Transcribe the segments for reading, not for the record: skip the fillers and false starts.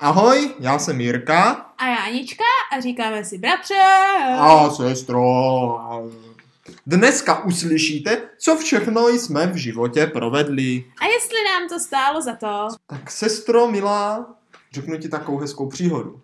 Ahoj, já jsem Jirka. A já Anička a říkáme si bratře. A sestro. Dneska uslyšíte, co všechno jsme v životě provedli. A jestli nám to stálo za to. Tak sestro milá, řeknu ti takovou hezkou příhodu.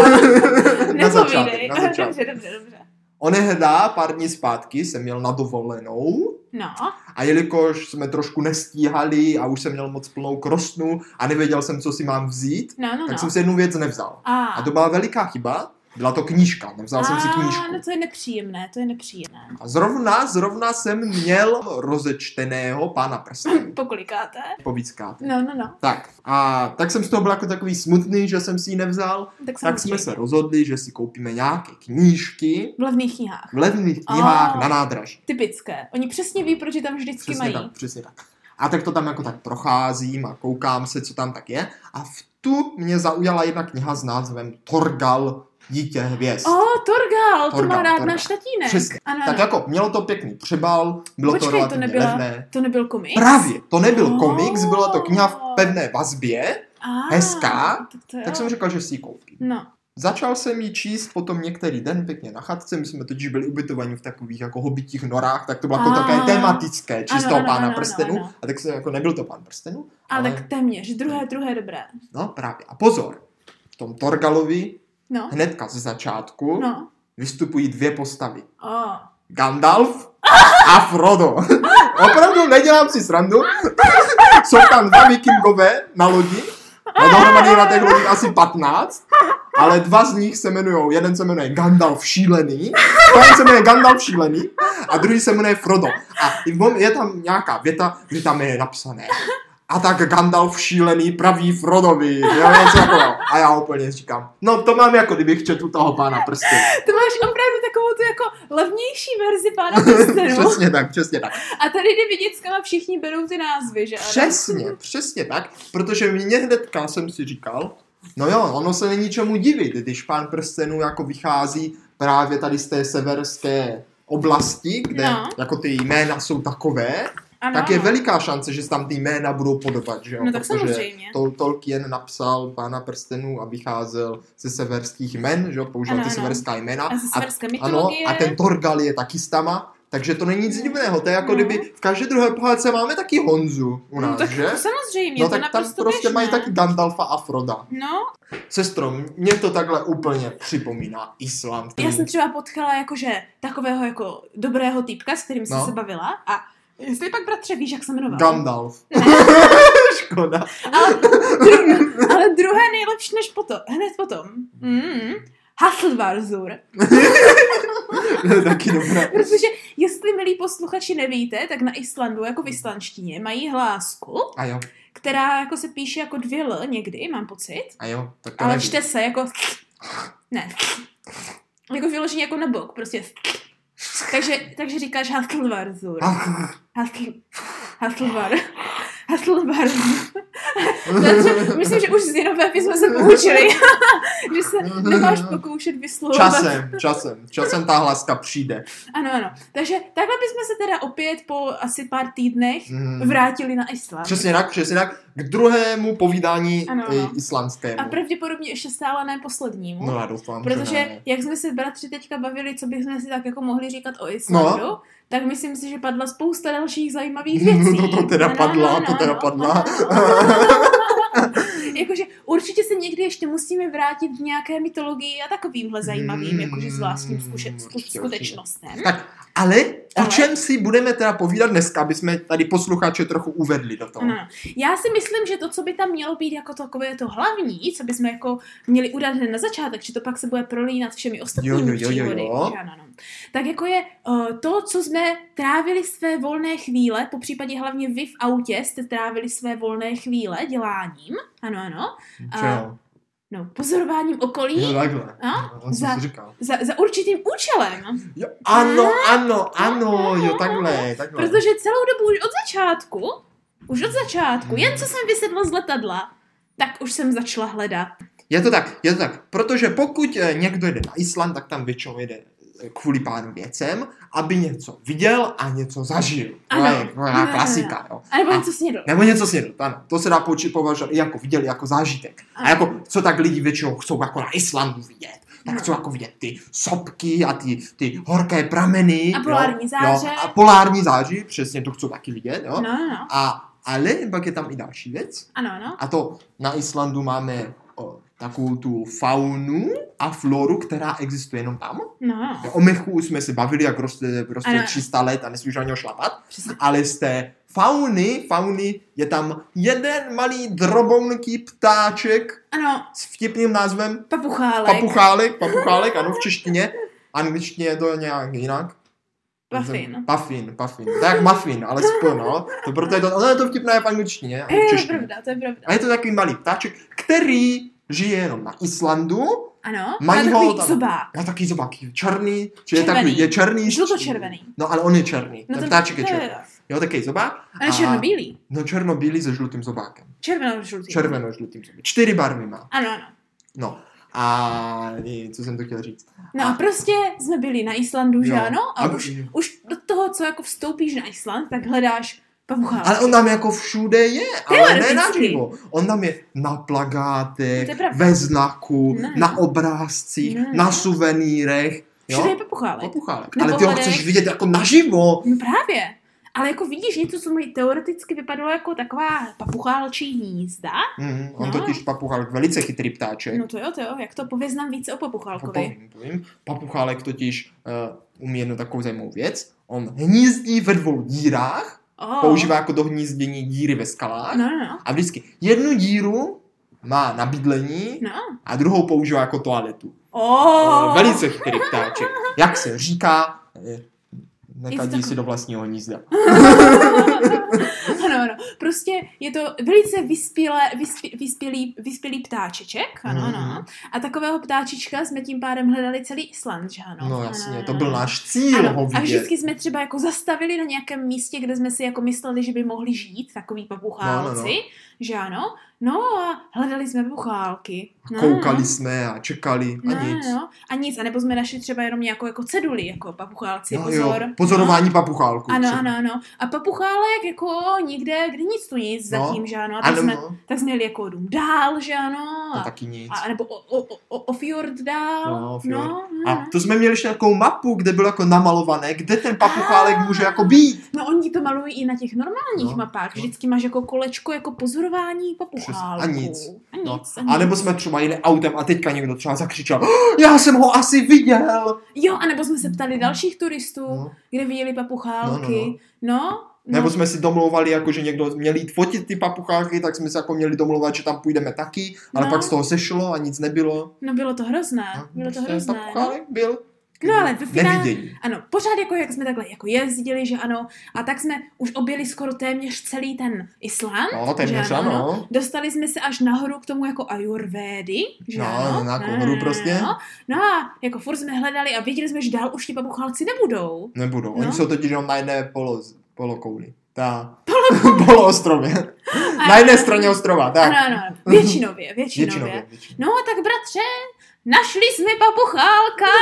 Na začátek. Dobře. Onehda pár dní zpátky jsem měl na dovolenou. No. A jelikož jsme trošku nestíhali a už jsem měl moc plnou krosnu a nevěděl jsem, co si mám vzít, tak jsem si jednu věc nevzal. A to byla veliká chyba. Byla to knížka, nevzal jsem si knížku. No to je nepříjemné. A zrovna jsem měl rozečteného Pána prstenů. Pokolikáte? Povíckáte. No. Tak jsem z toho byl jako takový smutný, že jsem si ji nevzal. Tak jsme se rozhodli, že si koupíme nějaké knížky. V levných knihách na nádraží. Typické. Oni přesně ví, proč je tam vždycky mají. Přesně tak. A tak to tam jako tak procházím a koukám se, co tam tak je. A v tu mě zaujala jedna kniha s názvem Torgal, Dítě hvězd. Torgal, to má rád náš tatínek. Přesně. Ano. Tak jako mělo to pěkný přebal, bylo to relativně levné. To nebyl komiks? Právě, to nebyl komiks, byla to kniha v pevné vazbě, hezká, tak jsem říkal, že si ji koupím. No. Začal jsem ji číst potom některý den pěkně na chatce, my jsme totiž byli ubytovaní v takových jako hobitích norách, tak to bylo jako takové tematické, čistého Pána prstenů, a tak jsem jako nebyl to Pán prstenů. Ale tak téměř, druhé dobré. No právě, a pozor, v tom Torgalovi hnedka ze začátku vystupují dvě postavy. Gandalf a Frodo. Opravdu nedělám si srandu. Jsou tam dva vikingové na lodi. A dohromady na těch lodích asi 15. Ale dva z nich se jmenují, jeden se jmenuje Gandalf šílený, jeden se jmenuje Gandalf šílený a druhý se jmenuje Frodo. A je tam nějaká věta, kde tam je napsané: a tak Gandalf šílený praví Frodovi. A já úplně říkám, no to mám jako kdybych četl toho Pána prstenů. To máš opravdu takovou tu jako levnější verzi Pána prstenů. Přesně tak. A tady jde viděckama všichni berou ty názvy, že? Přesně tak, protože mě hnedka jsem si říkal, no jo, ono se není čemu divit, když Pán prstenů jako vychází právě tady z té severské oblasti, kde jako ty jména jsou takové. Ano. Tak je veliká šance, že se tam ty jména budou podobat, že jo? No tak samozřejmě. Tolkien napsal Pána prstenů a vycházel ze severských jmen, že jo? Používal ty severská jména. A ze severské mytologie. A ten Torgal je taky s tama, takže to není nic divného. To je jako kdyby v každé druhé pohádce máme taky Honzu u nás, tak že? To samozřejmě, no tak tam prostě běžné. mají taky Gandalfa a Froda. No. Sestro, mě to takhle úplně připomíná Island. Já jsem třeba potkala jakože takového jako dobrého týpka, s kterým jsem se bavila a jestli pak bratře víš, jak se jmenoval? Gandalf. Škoda. Ale druhé nejlepší než potom. Hned potom. Hasselvarzur. Taky dobré. Protože jestli, milí posluchači, nevíte, tak na Islandu, jako v islandštině, mají hlásku, která jako se píše jako 2 L někdy, mám pocit. Tak to ale neví. čte se jako ne. Jako vyloženě jako na bok, prostě. Takže říkáš Hasselvarzur. Hasselvarzur. Myslím, že už z Jinové jsme se poučili, že se nemáš pokoušet vyslovovat. Časem ta hlaska přijde. Ano. Takže takhle bychom se teda opět po asi pár týdnech vrátili na Island. Přesně tak. K druhému povídání islandskému. A pravděpodobně ještě stále ne poslednímu. No já doufám, protože jak jsme se bratři teďka bavili, co bychom si tak jako mohli říkat o Islandu, tak myslím si, že padla spousta dalších zajímavých věcí. To teda padla. Jakože určitě se někdy ještě musíme vrátit k nějaké mytologii a takovýmhle zajímavým, jakože zvláštním skutečnostem. Tak, ale o čem si budeme teda povídat dneska, aby jsme tady posluchače trochu uvedli do toho? Já si myslím, že to, co by tam mělo být jako takové to hlavní, co bychom jako měli udat hned na začátek, že to pak se bude prolínat všemi ostatními příhody. Tak jako je to, co jsme trávili své volné chvíle, po případě hlavně vy v autě jste trávili své volné chvíle děláním. Ano. Pozorováním okolí. No takhle. Za určitým účelem. Jo, takhle. Protože celou dobu už od začátku, jen co jsem vysedla z letadla, tak už jsem začala hledat. Je to tak, protože pokud někdo jede na Island, tak tam většinou jede kvůli pár věcem, aby něco viděl a něco zažil. To je klasika. Jo. A nebo něco snědl. Nebo něco snědl, ano. To se dá považovat i jako viděl, jako zážitek. A jako, co tak lidi většinou chcou jako na Islandu vidět. Tak chcou jako vidět ty sopky a ty horké prameny. A polární záře. Jo, a polární záři, přesně to chcou taky vidět. Jo. No. Ale pak je tam i další věc. Ano. A to na Islandu máme takovou tu faunu a floru, která existuje jenom tam. No. O mechu už jsme se bavili, jak roste 300 let a nesmíš na něho šlapat. Přesně. Ale z té fauny je tam jeden malý drobounký ptáček s vtipným názvem Papuchálek, ano, v češtině. Angličtině je to nějak jinak. Puffin. To je jak muffin, ale no. Proto je to vtipné v angličtině. To je pravda. A je to takový malý ptáček, který žije jenom na Islandu. Ano, má takový zobák. Má takový zobák, černý. Je černý. Žlutočervený. No, ale on je černý. Ten ptáček je černý. Jo, takový zobák. A je černobílý. No, černobílý se žlutým zobákem. Červeno-žlutým. 4 barvy má. Ano. No. A co jsem to chtěl říct? No a prostě jsme byli na Islandu, že ano? A už do toho, co jako vstoupíš na Island, tak hledáš papuchálky. Ale on tam jako všude je, ale ne naživo. On tam je na plakátech, ve znaku, na obrázcích, na suvenýrech. Všude je papuchálek. Ale ty ho chceš vidět jako naživo. No právě. Ale jako vidíš něco, co mi teoreticky vypadalo jako taková papuchálčí hnízda. On totiž papuchálek velice chytrý ptáček. No to jo. Jak to pověz nám více o papuchálkovi. Povím. Papuchálek totiž umí jednu takovou zajímavou věc. On hnízdí ve 2 dírách. Používá jako do hnízdění díry ve skalách. No. A vždycky jednu díru má na bydlení a druhou používá jako toaletu. Velice chytrý ptáček. Jak se říká, nekadí si do vlastního hnízda. Ano. Prostě je to velice vyspělý ptáčeček. Ano. A takového ptáčička jsme tím pádem hledali celý Island, že ano? No jasně, to byl náš cíl ho vidět. A vždycky jsme třeba jako zastavili na nějakém místě, kde jsme si jako mysleli, že by mohli žít takový papuchálci, že ano? No a hledali jsme papuchálky. Koukali jsme a čekali a nic. A nic, anebo jsme našli třeba jenom nějakou jako ceduli, jako papuchálci, pozor. Pozorování papuchálků. Ano. A papuchálek jako nikde, kde nic tu nic zatím, že ano. A tak jsme jeli jako dům dál, že ano. A taky nic. A nebo o fjord dál. A to jsme měli ještě nějakou mapu, kde bylo jako namalované, kde ten papuchálek může jako být. No oni to malují i na těch normálních mapách. Vždycky máš jako kolečko jako pozorování papuchálku. A nic. A nebo jsme třeba jeli autem a teďka někdo třeba zakřičel, já jsem ho asi viděl. Jo, a nebo jsme se ptali dalších turistů, kde viděli papuchálky. No. Nebo jsme si domlouvali, jako, že někdo měl jít fotit ty papuchálky, tak jsme se jako měli domlouvat, že tam půjdeme taky, ale pak z toho sešlo a nic nebylo. No bylo to hrozné. Papuchálek byl. No ale ve finále, ano, pořád jako jak jsme takhle jako jezdili, že ano, a tak jsme už objeli skoro téměř celý ten Island. No, téměř ano. Dostali jsme se až nahoru k tomu jako Ayurvédy, že ano. Na horu prostě. No a jako furt jsme hledali a věděli jsme, že dál už ti papuchálci nebudou. Oni jsou totiž jenom na jedné polokouli. Poloostrově. Na jedné straně ostrova, tak. Ano. Většinově. No tak bratře, našli jsme papuchálka!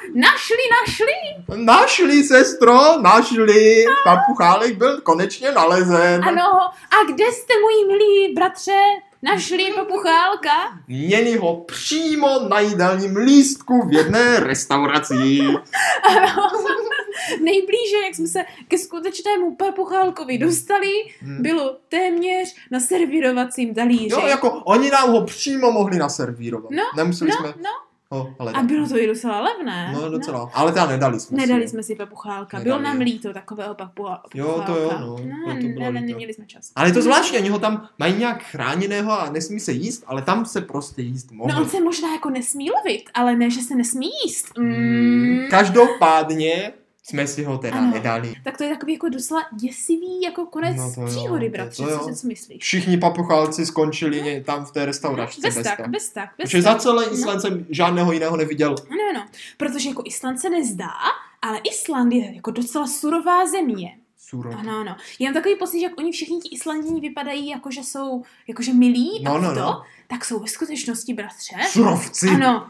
Našli, sestro, našli! Papuchálek byl konečně nalezen. Ano, a kde jste, můj milý bratře, našli papuchálka? Měli ho přímo na jídelním lístku v jedné restauraci. Ano. Nejblíže, jak jsme se ke skutečnému papuchálkovi dostali, bylo téměř na servírovacím talíři. Jo, jako oni nám ho přímo mohli naservírovat. Nemuseli jsme ho hledat. A bylo to i docela levné. No, docela. Ale teda nedali jsme si papuchálka. Bylo nám líto takového papuchálka. Jo, to jo, no. Neměli jsme čas. Ale je to zvláštní, oni ho tam mají nějak chráněného a nesmí se jíst, ale tam se prostě jíst mohou. No on se možná jako nesmí lovit, ale ne, že se nesmí jíst. Každopádně jsme si ho teda nedali. Tak to je takový jako docela děsivý jako konec příhody, bratře. Co myslíš? Všichni papuchálci skončili tam v té restauračce. Bez tak. Protože za celé Island jsem žádného jiného neviděl. No. Protože jako Island se nezdá, ale Island je jako docela surová země. Suroví. Ano. Já mám takový pocit, že jak oni všichni ti Islanděni vypadají jako, že jsou jakože milí tak jsou ve skutečnosti, bratře. Surovci. Ano.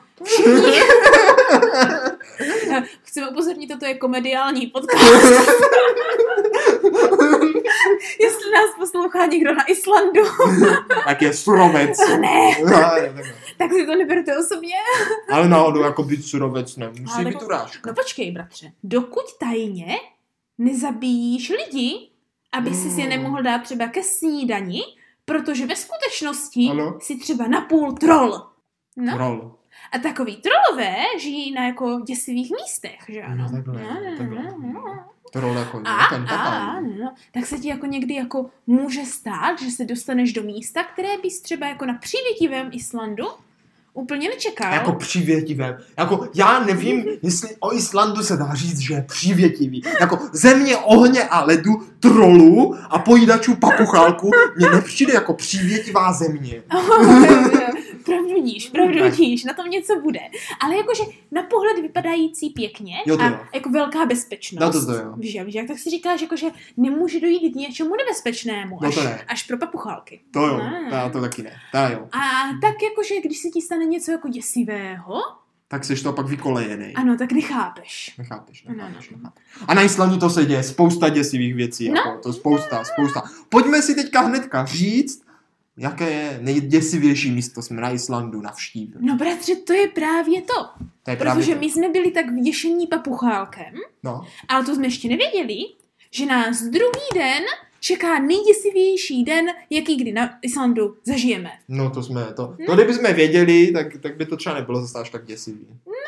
Chceme upozornit, toto je komediální podcast. Jestli nás poslouchá někdo na Islandu. Tak je surovec. Ne. Tak si to neberte osobně. Ale náhodou, jako být surovec nemusí být urážka. No počkej, bratře. Dokud tajně nezabíjíš lidi, aby si je nemohl dát třeba ke snídani, protože ve skutečnosti si třeba napůl troll. No. Troll. A takový trollové žijí na jako děsivých místech, že ano? Takhle. Troll jako ten papá. Tak se ti jako někdy jako může stát, že se dostaneš do místa, které bys třeba jako na přívětivém Islandu úplně nečekal. Jako přívětivém. Jako já nevím, jestli o Islandu se dá říct, že je přívětivý. Jako země ohně a ledu, trolů a pojídačů papuchálků mě nepřijde jako přívětivá země. Pravdu vidíš, na tom něco bude. Ale jakože na pohled vypadající pěkně a jako velká bezpečnost. Víš, jak tak si říkáš, jakože nemůže dojít k něčemu nebezpečnému, až pro papuchálky. To jo, to taky ne. A tak jakože, když se ti stane něco jako děsivého, tak seš to pak vykolejený. Ano, tak nechápeš. A na Islandu to se děje spousta děsivých věcí. Jako, to spousta. Pojďme si teďka hnedka říct, jaké je nejděsivější místo jsme na Islandu navštívili. No bratře, to je právě to. Protože my jsme byli tak vděšení papuchálkem, ale to jsme ještě nevěděli, že nás druhý den čeká nejděsivější den, jaký kdy na Islandu zažijeme. No to kdybychom věděli, tak by to třeba nebylo zase až tak děsivý.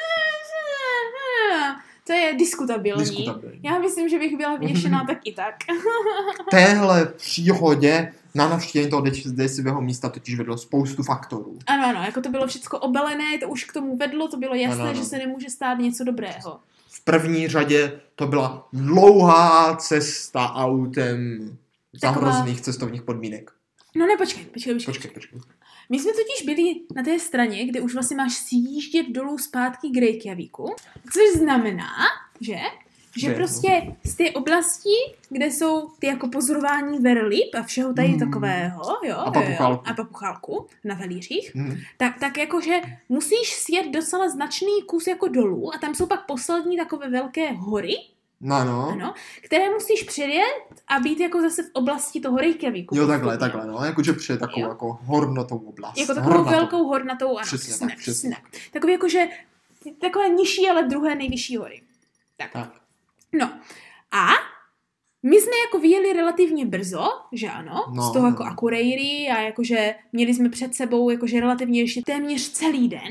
To je diskutabilní. Já myslím, že bych byla vděšená tak i tak. Téhle příhodě na navštěvení toho děsivého místa totiž vedlo spoustu faktorů. Ano, jako to bylo všecko obalené, to už k tomu vedlo, to bylo jasné, že se nemůže stát něco dobrého. V první řadě to byla dlouhá cesta autem za hrozných cestovních podmínek. No ne, počkej. My jsme totiž byli na té straně, kde už vlastně máš sjíždět dolů zpátky k Reykjavíku, což znamená, že prostě z té oblasti, kde jsou ty jako pozorování verlip a všeho tady takového, a papuchálku na velířích, tak jakože musíš sjet docela značný kus jako dolů a tam jsou pak poslední takové velké hory, ano, které musíš přijet a být jako zase v oblasti toho Reykjavíku. Jo, takhle, jakože přijet takovou jako hornatou oblast. Jako takovou velkou hornatou, ano, přesně. Takový jakože, takové nižší, ale druhé nejvyšší hory. Tak. No, a my jsme jako vyjeli relativně brzo, že ano, z toho jako Akureyri a jakože měli jsme před sebou jakože relativně ještě téměř celý den.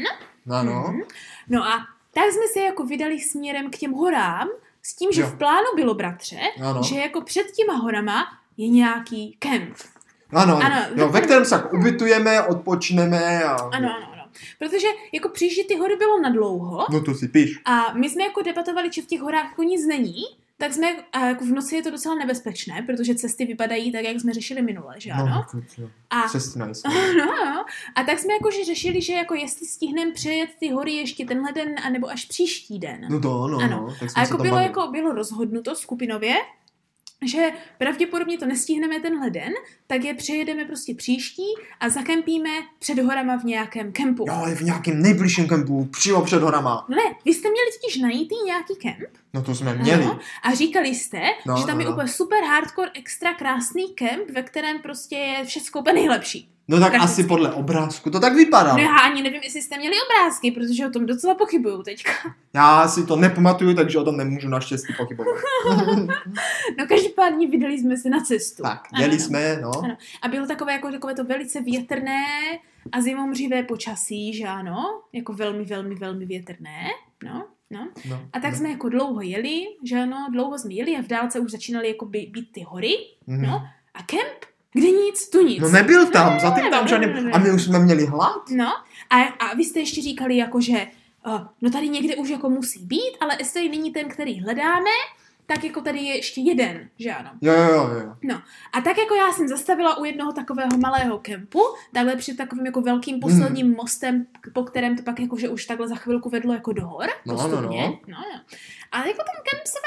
No a tak jsme se jako vydali směrem k těm horám, s tím, že v plánu bylo, bratře, že jako před těma horama je nějaký kemp. Ano, ve kterém se ubytujeme, odpočneme a... Ano. Protože jako přijíždět ty hory bylo nadlouho. No to si píš. A my jsme jako debatovali, že v těch horách jako nic není, tak jsme, a jako v noci je to docela nebezpečné, protože cesty vypadají tak, jak jsme řešili minule, že ano? Cesty na A tak jsme jakože řešili, že jako jestli stihneme přejet ty hory ještě tenhle den, anebo až příští den. Ano. A jako bylo rozhodnuto skupinově, že pravděpodobně to nestihneme tenhle den, tak je přejedeme prostě příští a zakempíme před horama v nějakém kempu. Jo, v nějakém nejbližším kempu, přímo před horama. No ne, vy jste měli totiž najít nějaký kemp. No to jsme měli. A říkali jste, že tam je úplně super hardcore, extra krásný kemp, ve kterém prostě je všechno úplně nejlepší. No tak asi podle obrázku to tak vypadá. No já ani nevím, jestli jste měli obrázky, protože o tom docela pochybuju teďka. Já si to nepamatuju, takže o tom nemůžu naštěstí pochybovat. No každopádně vydali jsme se na cestu. Tak, jeli jsme, no. Ano. A bylo takové to velice větrné a zimomřivé počasí, že ano? Jako velmi, velmi, velmi větrné, no. A tak jsme jako dlouho jeli, že ano? Dlouho jsme jeli a v dálce už začínaly jako být ty hory, no. A kemp? Kde nic, tu nic. No nebyl tam, zatím tam žádný. A my už jsme měli hlad. No a vy jste ještě říkali jako, že no tady někde už jako musí být, ale jestli není ten, který hledáme, tak jako tady je ještě jeden, že ano? Jo. No a tak jako já jsem zastavila u jednoho takového malého kempu, takhle před takovým jako velkým posledním mostem, po kterém to pak jako, že už takhle za chvilku vedlo jako do hor, postupně. No. Ale jako ten kemp se vám nějak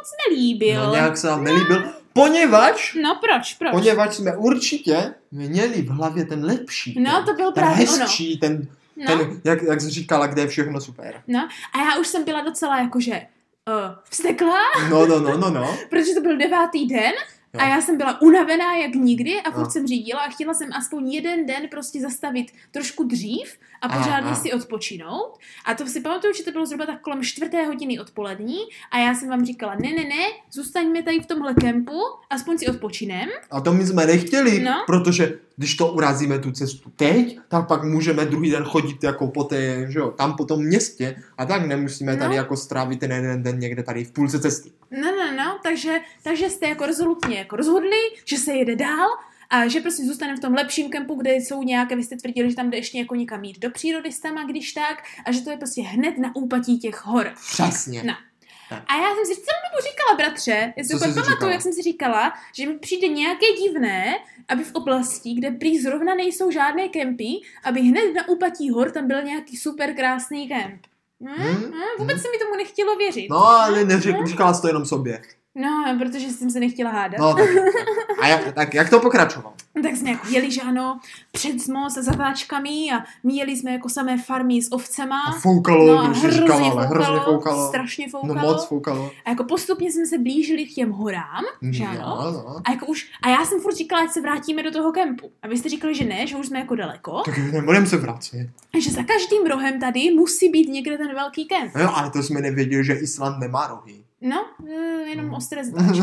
moc nelíbil. No nějak se nám nelíbil, poněvadž... No proč? Poněvadž jsme určitě měli v hlavě ten lepší. No to byl ten právě hezčí, ono. ten jak jsi říkala, kde je všechno super. No a já už jsem byla docela jakože vzteklá. No. Protože to byl 9. den. Jo. A já jsem byla unavená jak nikdy a furt jsem řídila a chtěla jsem aspoň jeden den prostě zastavit trošku dřív a pořádně si odpočinout. A to si pamatuju, že to bylo zhruba tak kolem 4:00 odpolední a já jsem vám říkala, ne, zůstaňme tady v tomhle kempu, aspoň si odpočinem. A to my jsme nechtěli, protože když to urazíme tu cestu teď, tak pak můžeme druhý den chodit jako po té, že jo, tam po tom městě a tak nemusíme tady jako strávit ten jeden den někde tady v půlce cesty. No, takže jste jako rezolutně jako rozhodli, že se jede dál a že prostě zůstaneme v tom lepším kempu, kde jsou nějaké, vy jste tvrdili, že tam jde ještě jako někam jít do přírody s tam a když tak a že to je prostě hned na úpatí těch hor. Přesně. No. A já jsem si celou dobu říkala, bratře, jestli úplně pamatuju, jak jsem si říkala, že mi přijde nějaké divné, aby v oblasti, kde prý zrovna nejsou žádné kempy, aby hned na úpatí hor tam byl nějaký super krásný kemp. Vůbec se mi tomu nechtělo věřit. No, ale říkala jsi to jenom sobě. No, protože jsem se nechtěla hádat. No, tak jak to pokračovalo? Tak jsme jako jeli, že ano, před most a zatáčkami a jeli jsme jako samé farmy s ovcema. A foukalo, no, hrozně foukalo. Strašně foukalo. No moc foukalo. A jako postupně jsme se blížili k těm horám, že ano. No. A já jsem furt říkala, ať se vrátíme do toho kempu. A vy jste říkali, že ne, že už jsme jako daleko. Tak nebudeme se vracet. A že za každým rohem tady musí být někde ten velký kemp. No, ale to jsme nevěděli, že Island nemá rohy. No, jenom ostré zdáčky.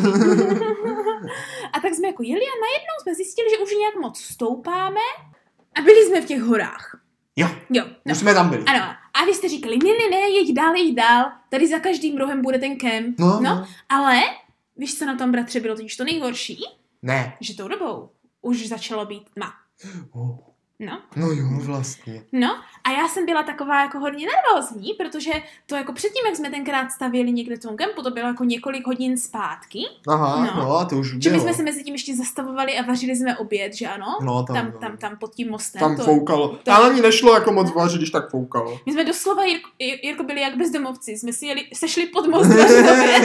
A tak jsme jako jeli a najednou jsme zjistili, že už nějak moc stoupáme a byli jsme v těch horách. Jo, no. Už jsme tam byli. Ano, a vy jste říkali, ne, jeď dál, tady za každým rohem bude ten kemp. No, ale víš, co na tom, bratře, bylo totiž to nejhorší? Ne. Že tou dobou už začalo být tma. No jo, vlastně. No, a já jsem byla taková jako hodně nervózní, protože to jako předtím, jak jsme tenkrát stavěli někde v tom kempu, to bylo jako několik hodin zpátky. Aha, no a to už bylo. Že my jsme se mezi tím ještě zastavovali a vařili jsme oběd, že ano? No, tam pod tím mostem. Tam foukalo. Ale ani nešlo jako moc vařit, když tak foukalo. My jsme doslova, Jirko, byli jak bezdomovci. Jsme si sešli pod most vařit oběd.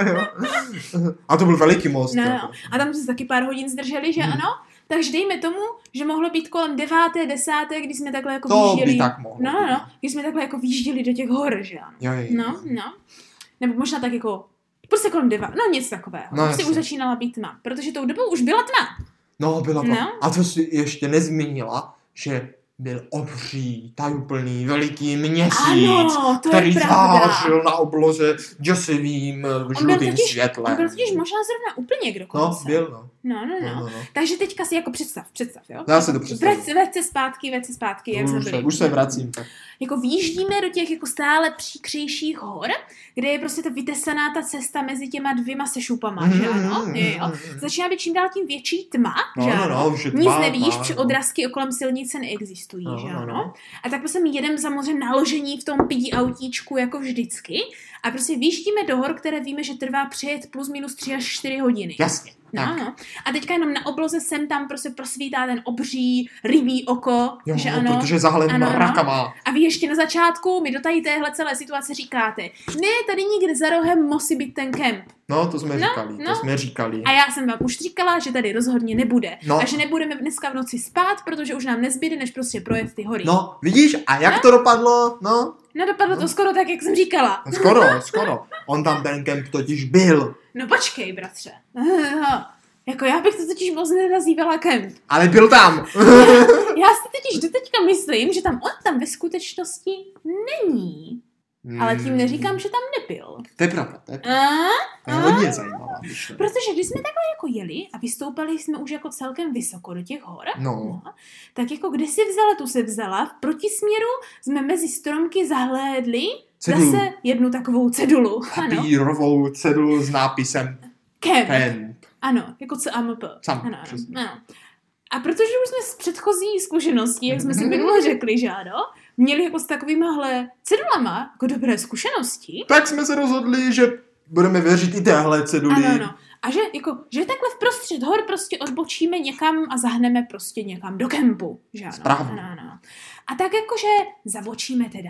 jo. A to byl veliký most. No. A tam jsme se taky pár hodin zdrželi, že ano? Takže dejme tomu, že mohlo být kolem 9., 10., kdy jsme takhle jako výjížděli. To by tak mohlo. No, když jsme takhle jako výjížděli do těch hor, že ano. Jo. No. Nebo možná tak jako, prostě kolem 9, no nic takového. Prostě už začínala být tma, protože tou dobou už byla tma. No, byla tma. No. A to si ještě nezmínila, že byl obří, tajuplný, veliký měsíc, který zářil na obloze děsivým žlutým světlem. On byl totiž možná zrovna úplně dokonce. No, byl, no. Takže teďka si jako představ, jo? Já si to představím. Vrať se zpátky, jak jsme byli. Už se vracím. Tak. Jako výjíždíme do těch jako stále příkřejších hor, kde je prostě ta vytesaná ta cesta mezi těma dvěma sešupama, že ano? Jo. Začíná být čím dál tím větší tma, že ano? Nic nevíš, protože odrazky okolem silnice neexistují, že ano? A tak prostě jedeme samozřejmě naložení v tom pidi autíčku jako vždycky a prostě výjíždíme do hor, které víme, že trvá přejet plus minus 3 až 4 hodiny. Jasně. No. A teďka jenom na obloze sem tam prostě prosvítá ten obří rybí oko, jo, že ano. Protože zahalen rakama. A vy ještě na začátku mi do tady téhle celé situace říkáte, ne, tady někde za rohem musí být ten kemp. No, to jsme říkali. A já jsem vám už říkala, že tady rozhodně nebude. A že nebudeme dneska v noci spát, protože už nám nezbyde, než prostě projet ty hory. No, vidíš, a jak to dopadlo? No, dopadlo to skoro tak, jak jsem říkala. Skoro. On tam ten kemp totiž byl. No počkej, bratře. Jako já bych to totiž moc nenazývala kemp. Ale byl tam. Já si totiž doteďka myslím, že on tam ve skutečnosti není. Ale tím neříkám, že tam nebyl. To je pravda. To je hodně zajímavá. Protože když jsme takhle jako jeli a vystoupali jsme už jako celkem vysoko do těch hor, tak jako kde si vzala, tu se vzala. V protisměru jsme mezi stromky zahlédli zase jednu takovou cedulu. Papírovou cedulu s nápisem Kemp. Ano, jako CAMP. Ano. A protože už jsme z předchozí zkušeností, jak jsme si minule řekli, že ano, měli jako s takovýmahle cedulama jako dobré zkušenosti. Tak jsme se rozhodli, že budeme věřit i téhle ceduli. Ano. A že takhle v prostřed hor prostě odbočíme někam a zahneme prostě někam do kempu. Že ano? Správně. Ano. A tak jakože zabočíme teda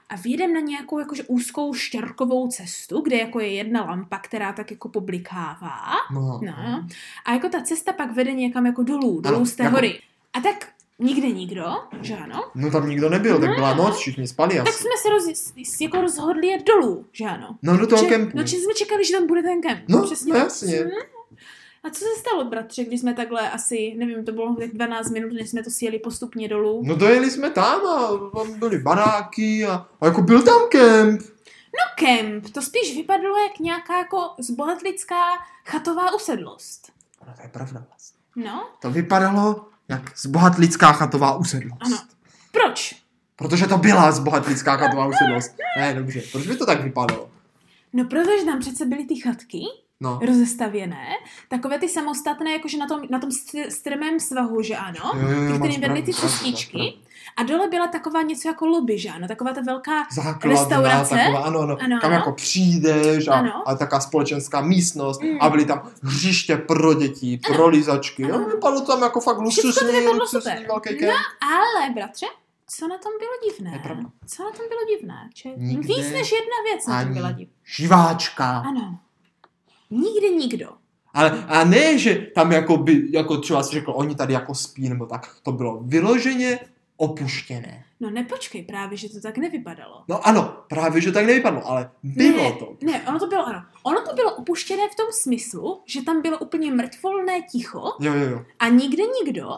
a vyjedeme na nějakou jakože úzkou šťarkovou cestu, kde jako je jedna lampa, která tak jako poblikává. No. A jako ta cesta pak vede někam jako dolů z té hory. A tak nikde nikdo, že ano? No tam nikdo nebyl, tak byla noc, všichni spali asi. Tak jsme se jako rozhodli jet dolů, že ano? No do toho kempu. No jsme čekali, že tam bude ten kemp. No, přesně. Jasně. A co se stalo, bratře, když jsme takhle asi, nevím, to bylo tak 12 minut, než jsme to sjeli postupně dolů? No dojeli jsme tam a tam byly baráky a jako byl tam kemp. No kemp, to spíš vypadalo jak nějaká jako zbohatlická chatová usedlost. No to je pravda vlastně. No. To vypadalo jak zbohatlická chatová usedlost. Ano. Proč? Protože to byla zbohatlická chatová usedlost. Ne, dobře. Proč by to tak vypadalo? No protože tam přece byly ty chatky, rozestavěné, takové ty samostatné, jakože na tom strmém svahu, že ano, kterým vedly ty cestičky. A dole byla taková něco jako lobby, že ano, taková ta velká restaurace. Taková, ano. Kam jako přijdeš a taková společenská místnost a byly tam hřiště pro děti, pro lízačky. No, vypadalo tam jako fakt luxusní velký kemp. No, ale bratře, co na tom bylo divné? Co na tom bylo divné? Víc než jedna věc na tom byla divná. Živáčka. Ano. Nikde nikdo. A ne, že tam jako třeba si řekl, oni tady jako spí, nebo tak. To bylo vyloženě opuštěné. No nepočkej, právě, že to tak nevypadalo. No ano, právě, že tak nevypadalo, ale bylo to. Ne, ono to bylo opuštěné v tom smyslu, že tam bylo úplně mrtvolné ticho. Jo. A nikde nikdo,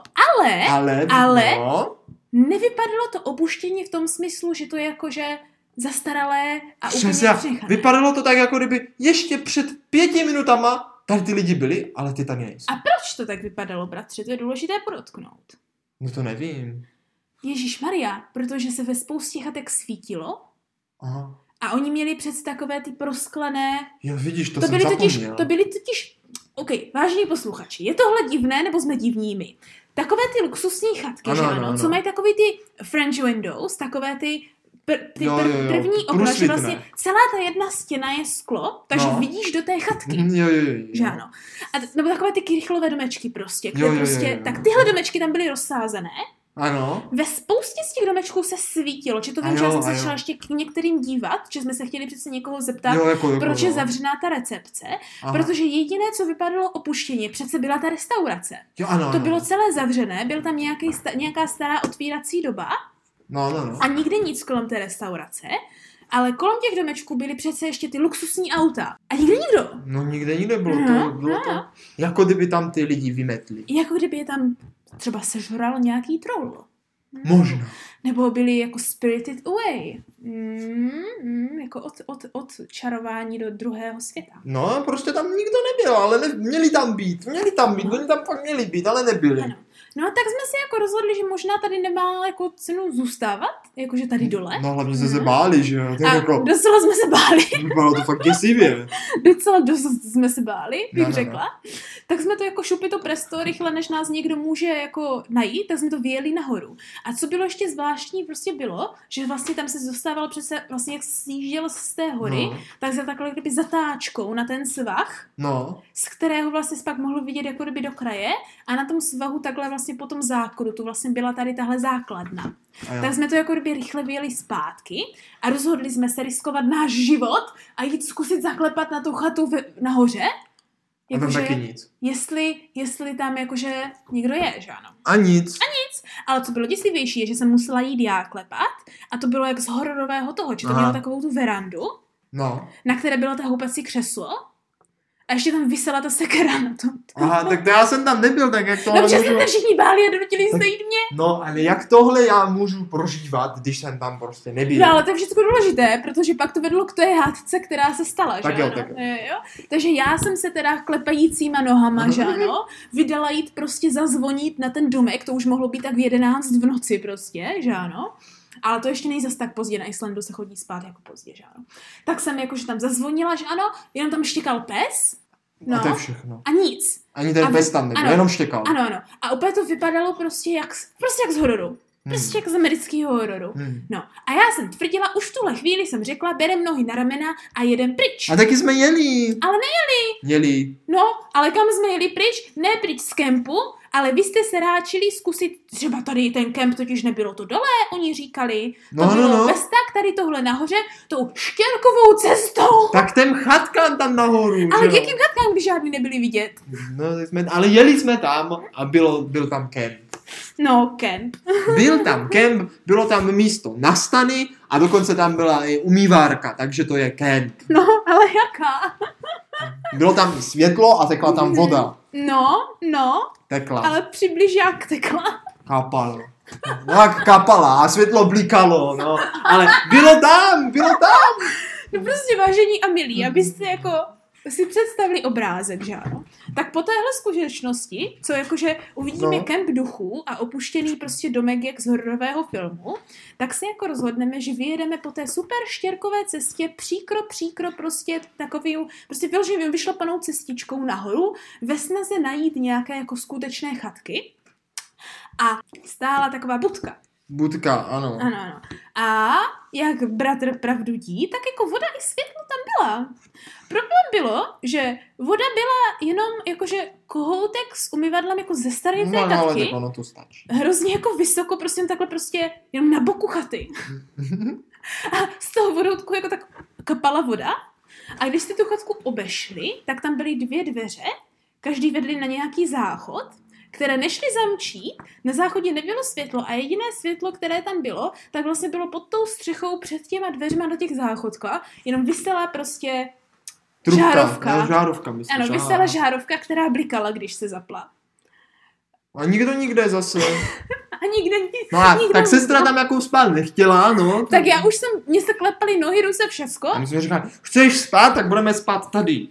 ale nevypadalo to opuštění v tom smyslu, že to je jakože zastaralé a úplně přechané. Vypadalo to tak, jako kdyby ještě před 5 minutama tady ty lidi byli, ale ty tam nejsou. A proč to tak vypadalo, bratře? To je důležité podotknout. No to nevím. Ježišmarja, protože se ve spoustě chatek svítilo. Aha. A oni měli přece takové ty prosklené... Jo, vidíš, to jsem zapomněl. To byly totiž... OK, vážení posluchači, je tohle divné, nebo jsme divními? Takové ty luxusní chatky, ano. Co mají takový ty French windows, takové ty první okna, že vlastně celá ta jedna stěna je sklo, takže vidíš do té chatky. Jo. Že ano. Nebo takové ty krychlové domečky prostě, kde tak tyhle domečky tam byly rozsázené. Ano. Ve spoustě z těch domečků se svítilo, že to vím, že já jsem se začala ještě k některým dívat, že jsme se chtěli přece někoho zeptat, proč je zavřená ta recepce, protože jediné, co vypadalo opuštěně, přece byla ta restaurace. Ano. To bylo celé zavřené, byl tam nějaká stará otvírací doba a nikde nic kolem té restaurace, ale kolem těch domečků byly přece ještě ty luxusní auta. A nikde nikdo. No nikde nikdo bylo to. Jako kdyby tam ty lidi vymetli. Jako kdyby je tam třeba sežral nějaký troll. Možná. Nebo byli jako spirited away. Jako od čarování do druhého světa. No, prostě tam nikdo nebyl, ale měli tam být, oni tam fakt měli být, ale nebyli. Ano. No a tak jsme si jako rozhodli, že možná tady nemá jako cenu zůstávat, jakože tady dole. No hlavně jsme se báli, že jo. Docela jsme se báli. Vypadalo to fakt děsivě. Docela jsme se báli, bych řekla. Tak jsme to jako šupito presto, rychle, než nás někdo může jako najít, tak jsme to vyjeli nahoru. A co bylo ještě zvláštní, prostě bylo, že vlastně tam se dostával přece, vlastně jak sjížděl z té hory, tak se takhle kdyby zatáčkou na ten svah, z kterého vlastně pak mohl vidět jako kdyby do kraje a na tom svahu takhle vlastně po tom zákrutu vlastně byla tady tahle základna. Tak jsme to jako kdyby rychle vyjeli zpátky a rozhodli jsme se riskovat náš život a jít zkusit zaklepat na tu chatu nahoře. Jakože, taky nic. Jestli tam jakože někdo je, že ano. A nic. Ale co bylo děsivější, je, že jsem musela jít já klepat a to bylo jak z hororového toho, že to mělo takovou tu verandu, na které bylo ta houpací křeslo a ještě tam visela ta sekera na tom. Aha, tak to já jsem tam nebyl, tak jak tohle... No, protože jste všichni báli a donutili jste jít mě. No, ale jak tohle já můžu prožívat, když jsem tam prostě nebyl? No, ale to je všechno důležité, protože pak to vedlo k té hádce, která se stala, tak že jo. Takže já jsem se teda klepajícíma nohama, že ano, vydala jít prostě zazvonit na ten domek, to už mohlo být tak v 11 v noci prostě, že ano. Ale to ještě není zas tak pozdě, na Islandu se chodí spát jako pozdě, že ano. Tak jsem jakože tam zazvonila, že ano, jenom tam štěkal pes. No, a to je všechno. A nic. Ani ten pes tam nebyl, jenom štěkal. Ano. A úplně to vypadalo prostě jak z hororu. Prostě jak z amerického hororu. No. A já jsem tvrdila, už v tuhle chvíli jsem řekla, berem nohy na ramena a jedem pryč. A taky jsme jeli. Ale nejeli. Jeli. No, ale kam jsme jeli pryč? Ne pryč z kempu, ale vy jste se ráčili zkusit, třeba tady ten kemp, totiž nebylo to dole, oni říkali, to bylo bez tak, tady tohle nahoře, tou štěrkovou cestou. Tak těm chatkám tam nahoru. Ale k jakým chatkám, když žádný nebyli vidět? No, ale jeli jsme tam a byl tam kemp. No, kemp. Byl tam kemp, bylo tam místo na stany a dokonce tam byla i umývárka, takže to je kemp. No, ale jaká? Bylo tam i světlo a tekla tam voda. No. Tekla. Ale přibliž jak tekla. Kapalo. No jak kapala a světlo blikalo, no. Ale bylo tam. No prostě vážení a milí, abyste jako si představili obrázek, že ano? Tak po téhle skutečnosti, co jakože uvidíme kemp duchů a opuštěný prostě domek jak z hororového filmu, tak se jako rozhodneme, že vyjedeme po té super štěrkové cestě příkro prostě takovým, prostě vyloženě vyšlapanou cestičkou nahoru ve snaze najít nějaké jako skutečné chatky a stála taková budka. Budka, ano. Ano. A jak bratr pravdu dí, tak jako voda i světlo tam byla. Problém bylo, že voda byla jenom jakože kohoutek s umyvadlem jako ze staré té chatky. Ale tak ono to stačí. Hrozně jako vysoko, prostě takhle prostě jenom na boku chaty. A z toho vodoutku jako tak kapala voda. A když jste tu chatku obešli, tak tam byly 2 dveře, každý vedli na nějaký záchod, které nešly zamčít, na záchodě nebylo světlo a jediné světlo, které tam bylo, tak vlastně bylo pod tou střechou před těma dveřma do těch záchodka, jenom vysela prostě žárovka. Žárovka, myslím. Ano, vysela žárovka, která blikala, když se zapla. A nikdo nikde zase. A nikde tak sestra tam jako spát nechtěla, no. Tak já už mě se klepaly nohy, ruce, všecko. A my jsme říkali, chceš spát, tak budeme spát tady.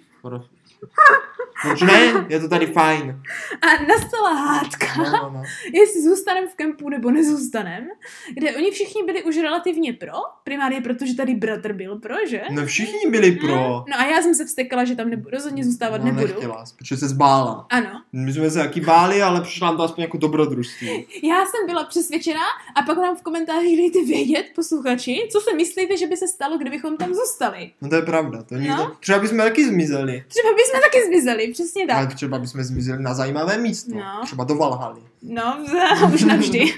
Proč ne? Je to tady fajn. A nastala hádka, no. Jestli zůstaneme v kempu nebo nezůstaneme, kde oni všichni byli už relativně pro, primárně protože tady bratr byl pro, že? No všichni byli pro. No a já jsem se vztekala, že tam rozhodně zůstávat nebudu. Nechtěla, protože se zbála. Ano. My jsme se taky báli, ale přišla nám to aspoň jako dobrodružství. Já jsem byla přesvědčená a pak nám v komentářích dejte vědět, posluchači, co si myslíte, že by se stalo, kdybychom tam zůstali. No to je pravda. To nikdo... Třeba bychom taky zmizeli. Přesně tak. Ale třeba bychom zmizeli na zajímavé místo. No. Třeba do Valhaly. No, už navždy.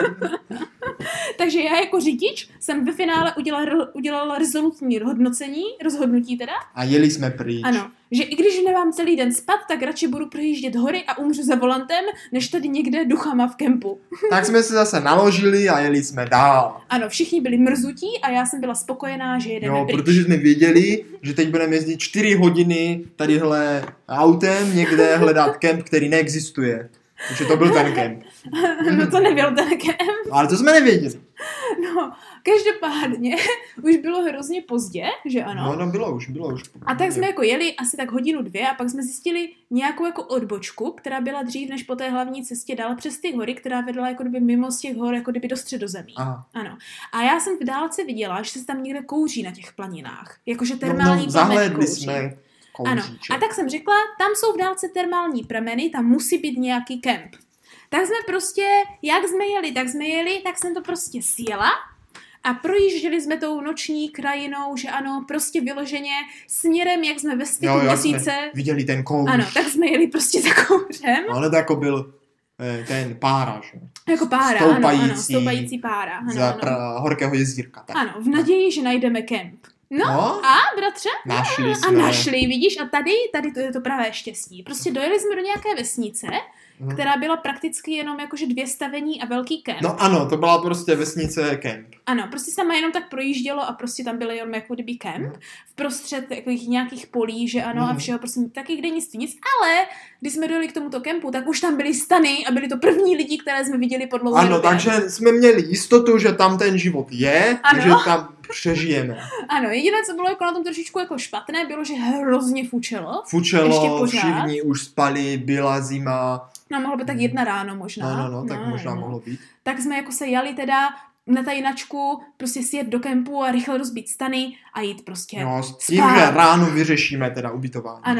Takže já jako řidič jsem ve finále udělala rezolutní rozhodnutí teda. A jeli jsme pryč. Ano, že i když nemám celý den spát, tak radši budu projíždět hory a umřu za volantem, než tady někde duchama v kempu. Tak jsme se zase naložili a jeli jsme dál. Ano, všichni byli mrzutí a já jsem byla spokojená, že jedeme pryč. Protože jsme věděli, že teď budeme jezdit 4 hodiny tadyhle autem někde hledat kemp, který neexistuje. Takže to byl ten kemp. No to nebyl ten kemp. Ale to jsme nevěděli. No, každopádně už bylo hrozně pozdě, že ano? No, bylo už. A tak jsme jako jeli asi tak 1-2 hodiny a pak jsme zjistili nějakou jako odbočku, která byla dřív než po té hlavní cestě dál přes ty hory, která vedla jako kdyby mimo z těch hor, jako kdyby do středozemí. Aha. Ano. A já jsem v dálce viděla, že se tam někde kouří na těch planinách. Jakože termální zahlédli jsme. Ano. A tak jsem řekla, tam jsou v dálce termální prameny, tam musí být nějaký kemp. Tak jsme prostě, jak jsme jeli, tak jsem to prostě sjela a projížděli jsme tou noční krajinou, že ano, prostě vyloženě směrem, jak jsme ve styku měsíce. Jsme viděli ten kouř. Ano, tak jsme jeli prostě za kouřem. Ale to jako byl ten pára, že? Jako pára, stoupající pára. Ano, horkého jezdírka. Tak. Ano, v naději, že najdeme kemp. No a bratře? Našli, vidíš, a tady to je to pravé štěstí. Prostě dojeli jsme do nějaké vesnice, která byla prakticky jenom jakože 2 stavení a velký kemp. No ano, to byla prostě vesnice kemp. Ano, prostě se tam jenom tak projíždělo a prostě tam byl jenom jako kdyby kemp. Vprostřed nějakých polí, že ano, a všeho prostě taky kde nic, ale když jsme dojeli k tomuto kempu, tak už tam byly stany a byli to první lidi, které jsme viděli po dlouhé době. Takže jsme měli jistotu, že tam ten život je, že tam přežijeme. Ano, jediné, co bylo jako na tom trošičku jako špatné, bylo, že hrozně fučelo. Všichni už spali, byla zima. No, mohlo by tak 1 ráno možná. No, tak možná mohlo být. Tak jsme jako se jali teda na tajnačku, prostě si jet do kempu a rychle rozbít stany a jít prostě s tím, spát. Že ráno vyřešíme teda ubytování. Ano.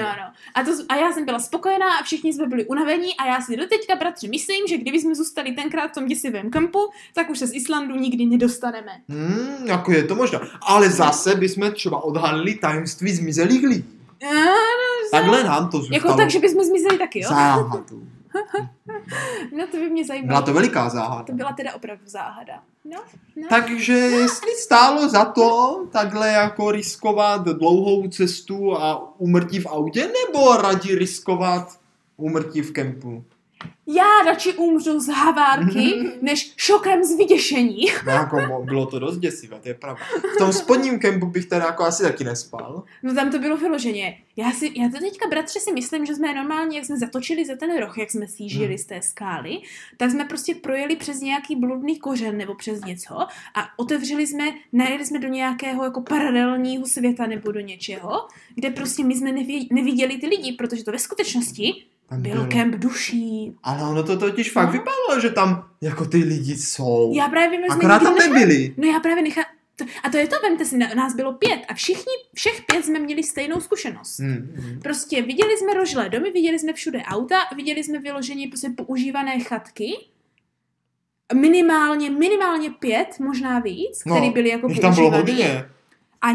A já jsem byla spokojená a všichni jsme byli unavení a já si doteďka, bratře, myslím, že kdyby jsme zůstali tenkrát v tom děsivém kempu, tak už se z Islandu nikdy nedostaneme. Jako je to možná. Ale zase bychom třeba odhalili tajemství zmizelých lidí. Takhle nám to zůstalo. Jako tak, že bychom zmizeli taky, jo? Záhadu. No to by mě zajímalo. Byla to veliká záhada. To byla teda opravdu záhada. No. Takže jestli stálo za to takhle jako riskovat dlouhou cestu a úmrtí v autě, nebo raději riskovat úmrtí v kempu? Já radši umřu z havárky, než šokem z vyděšení. No jako bylo to dost děsivé, to je pravda. V tom spodním kempu bych teda jako asi taky nespal. No tam to bylo vyloženě. Já to teďka, bratře, si myslím, že jsme normálně, jak jsme zatočili za ten roh, jak jsme sjížděli z té skály, tak jsme prostě projeli přes nějaký bludný kořen nebo přes něco a najeli jsme do nějakého jako paralelního světa nebo do něčeho, kde prostě my jsme neviděli ty lidi, protože to ve skutečnosti byl kemp duší. Ale ono to totiž fakt vypadalo, že tam jako ty lidi jsou. Já právě vím, akorát tam nebyli. No já právě a to je to, vemte si, nás bylo 5 a všech 5 jsme měli stejnou zkušenost. Prostě viděli jsme rožlé domy, viděli jsme všude auta, viděli jsme vyloženě prostě používané chatky, minimálně 5, možná víc, které byly jako používané. Tam bylo hodně. A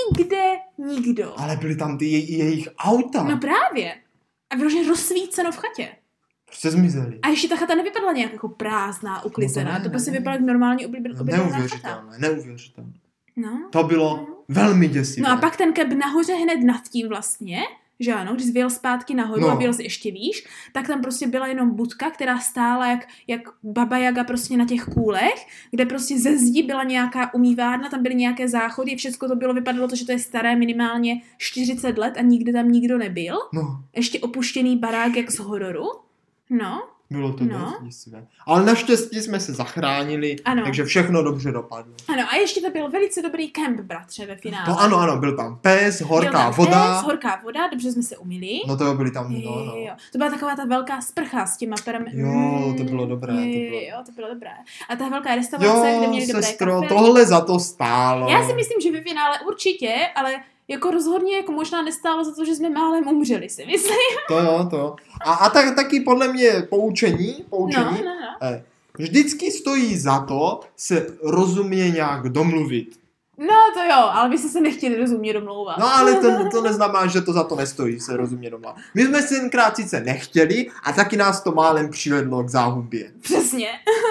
nikdo. Ale byly tam ty jejich auta. No právě. A vyloženě rozsvíceno v chatě. Prostě zmizeli. A ještě ta chata nevypadala nějak jako prázdná, uklizená. No to prostě vypadalo jak normálně obytná chata. Neuvěřitelné. No. To bylo velmi děsivé. No a pak ten kemp nahoře hned nad tím vlastně, že ano, když jsi vyjel zpátky nahoru a vyjel jsi ještě výš, tak tam prostě byla jenom budka, která stála jak Baba Jaga prostě na těch kůlech, kde prostě ze zdi byla nějaká umývárna, tam byly nějaké záchody, všechno to vypadalo to, že to je staré minimálně 40 let a nikdy tam nikdo nebyl. No. Ještě opuštěný barák jak z hororu. No. Bylo to dost děsivé. Ale naštěstí jsme se zachránili, takže všechno dobře dopadlo. Ano, a ještě to byl velice dobrý kemp, bratře, ve finále. To ano, byl tam pes, horká voda, dobře jsme se umyli. No to byly tam, Jo. To byla taková ta velká sprcha s těma perami. Jo, to bylo dobré. To bylo dobré. A ta velká restaurace, kde měli dobré kafe. Tohle za to stálo. Já si myslím, že ve finále určitě, ale jako rozhodně jako možná nestálo za to, že jsme málem umřeli, si myslím. To. A taky podle mě poučení. No. Vždycky stojí za to se rozumně nějak domluvit. No to jo, ale vy jste se nechtěli rozumně domlouvat. No ale to neznamená, že to za to nestojí se rozumně domlouvat. My jsme se tenkrát sice nechtěli a taky nás to málem přivedlo k záhubě. Přesně.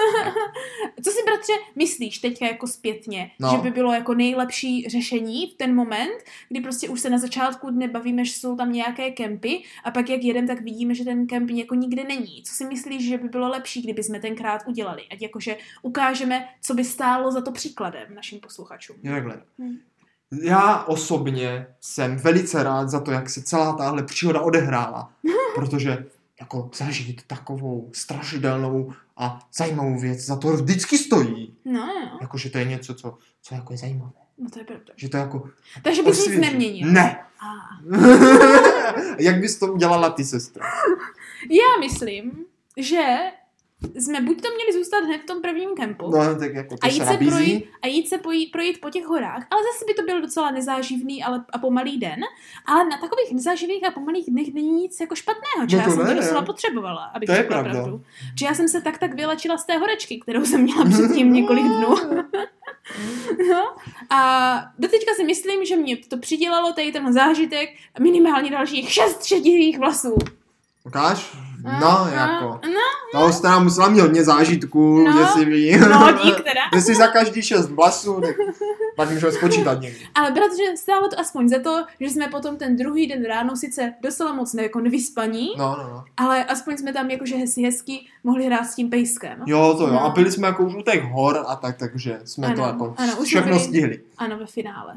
Co si, bratře, myslíš teďka jako zpětně, že by bylo jako nejlepší řešení v ten moment, kdy prostě už se na začátku dne bavíme, že jsou tam nějaké kempy a pak jak jedem, tak vidíme, že ten kemp jako nikde není. Co si myslíš, že by bylo lepší, kdyby jsme tenkrát udělali? Ať jakože ukážeme, co by stálo za to příkladem našim posluchačům. Já osobně jsem velice rád za to, jak se celá tahle příhoda odehrála, protože jako zažít takovou strašidelnou a zajímavou věc, za to vždycky stojí. No. Jakože to je něco, co jako je zajímavé. No to je pravda. Že to jako takže bys nic neměnil. Ne. Jak bys to udělala ty, sestra? Já myslím, že jsme buď to měli zůstat hned v tom prvním kempu tak jako to se nabízí. A jít se projít po těch horách, ale zase by to byl docela nezáživný a pomalý den, ale na takových nezáživých a pomalých dnech není nic jako špatného, že já jsem to docela potřebovala, abych řekla pravdu. Že já jsem se tak vylečila z té horečky, kterou jsem měla předtím několik dnů. No, a doteďka si myslím, že mě to přidělalo tady ten zážitek minimálně dalších 6 šedivých vlasů. Ukáž? To jste nám musela mít hodně zážitků, děsivý. Dík teda. Jestli za každý 6 vlasů, tak pak můžeme spočítat někdy. Ale bratře, stálo to aspoň za to, že jsme potom ten druhý den ráno sice docela moc nevyspaní, ale aspoň jsme tam jakože hezky mohli hrát s tím pejskem. Jo. A byli jsme jako už u těch hor a takže jsme to jako všechno stihli. Ano, ve finále.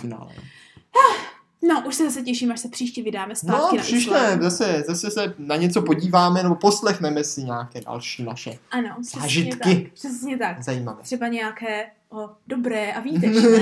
No, už se zase těším, až se příště vydáme zpátky na Island. Zase se na něco podíváme, nebo poslechneme si nějaké další naše zážitky. Přesně tak. Zajímavé. Třeba nějaké dobré a výtečné.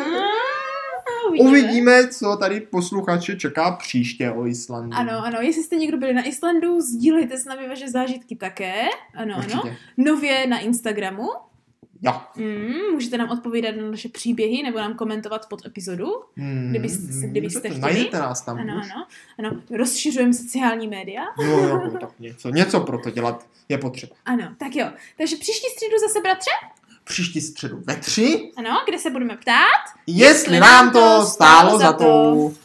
Uvidíme, co tady posluchače čeká příště o Islandu. Ano, jestli jste někdo byli na Islandu, sdílejte s námi vaše zážitky také. Ano. Nově na Instagramu. Jo. Můžete nám odpovídat na naše příběhy nebo nám komentovat pod epizodu, kdybyste chtěli. Najdete nás tam. Ano. Rozšiřujeme sociální média. Jo, tak něco pro to dělat je potřeba. Ano, tak jo. Takže příští středu zase, bratře? Příští středu ve 3. Ano, kde se budeme ptát, jestli nám to stálo za to.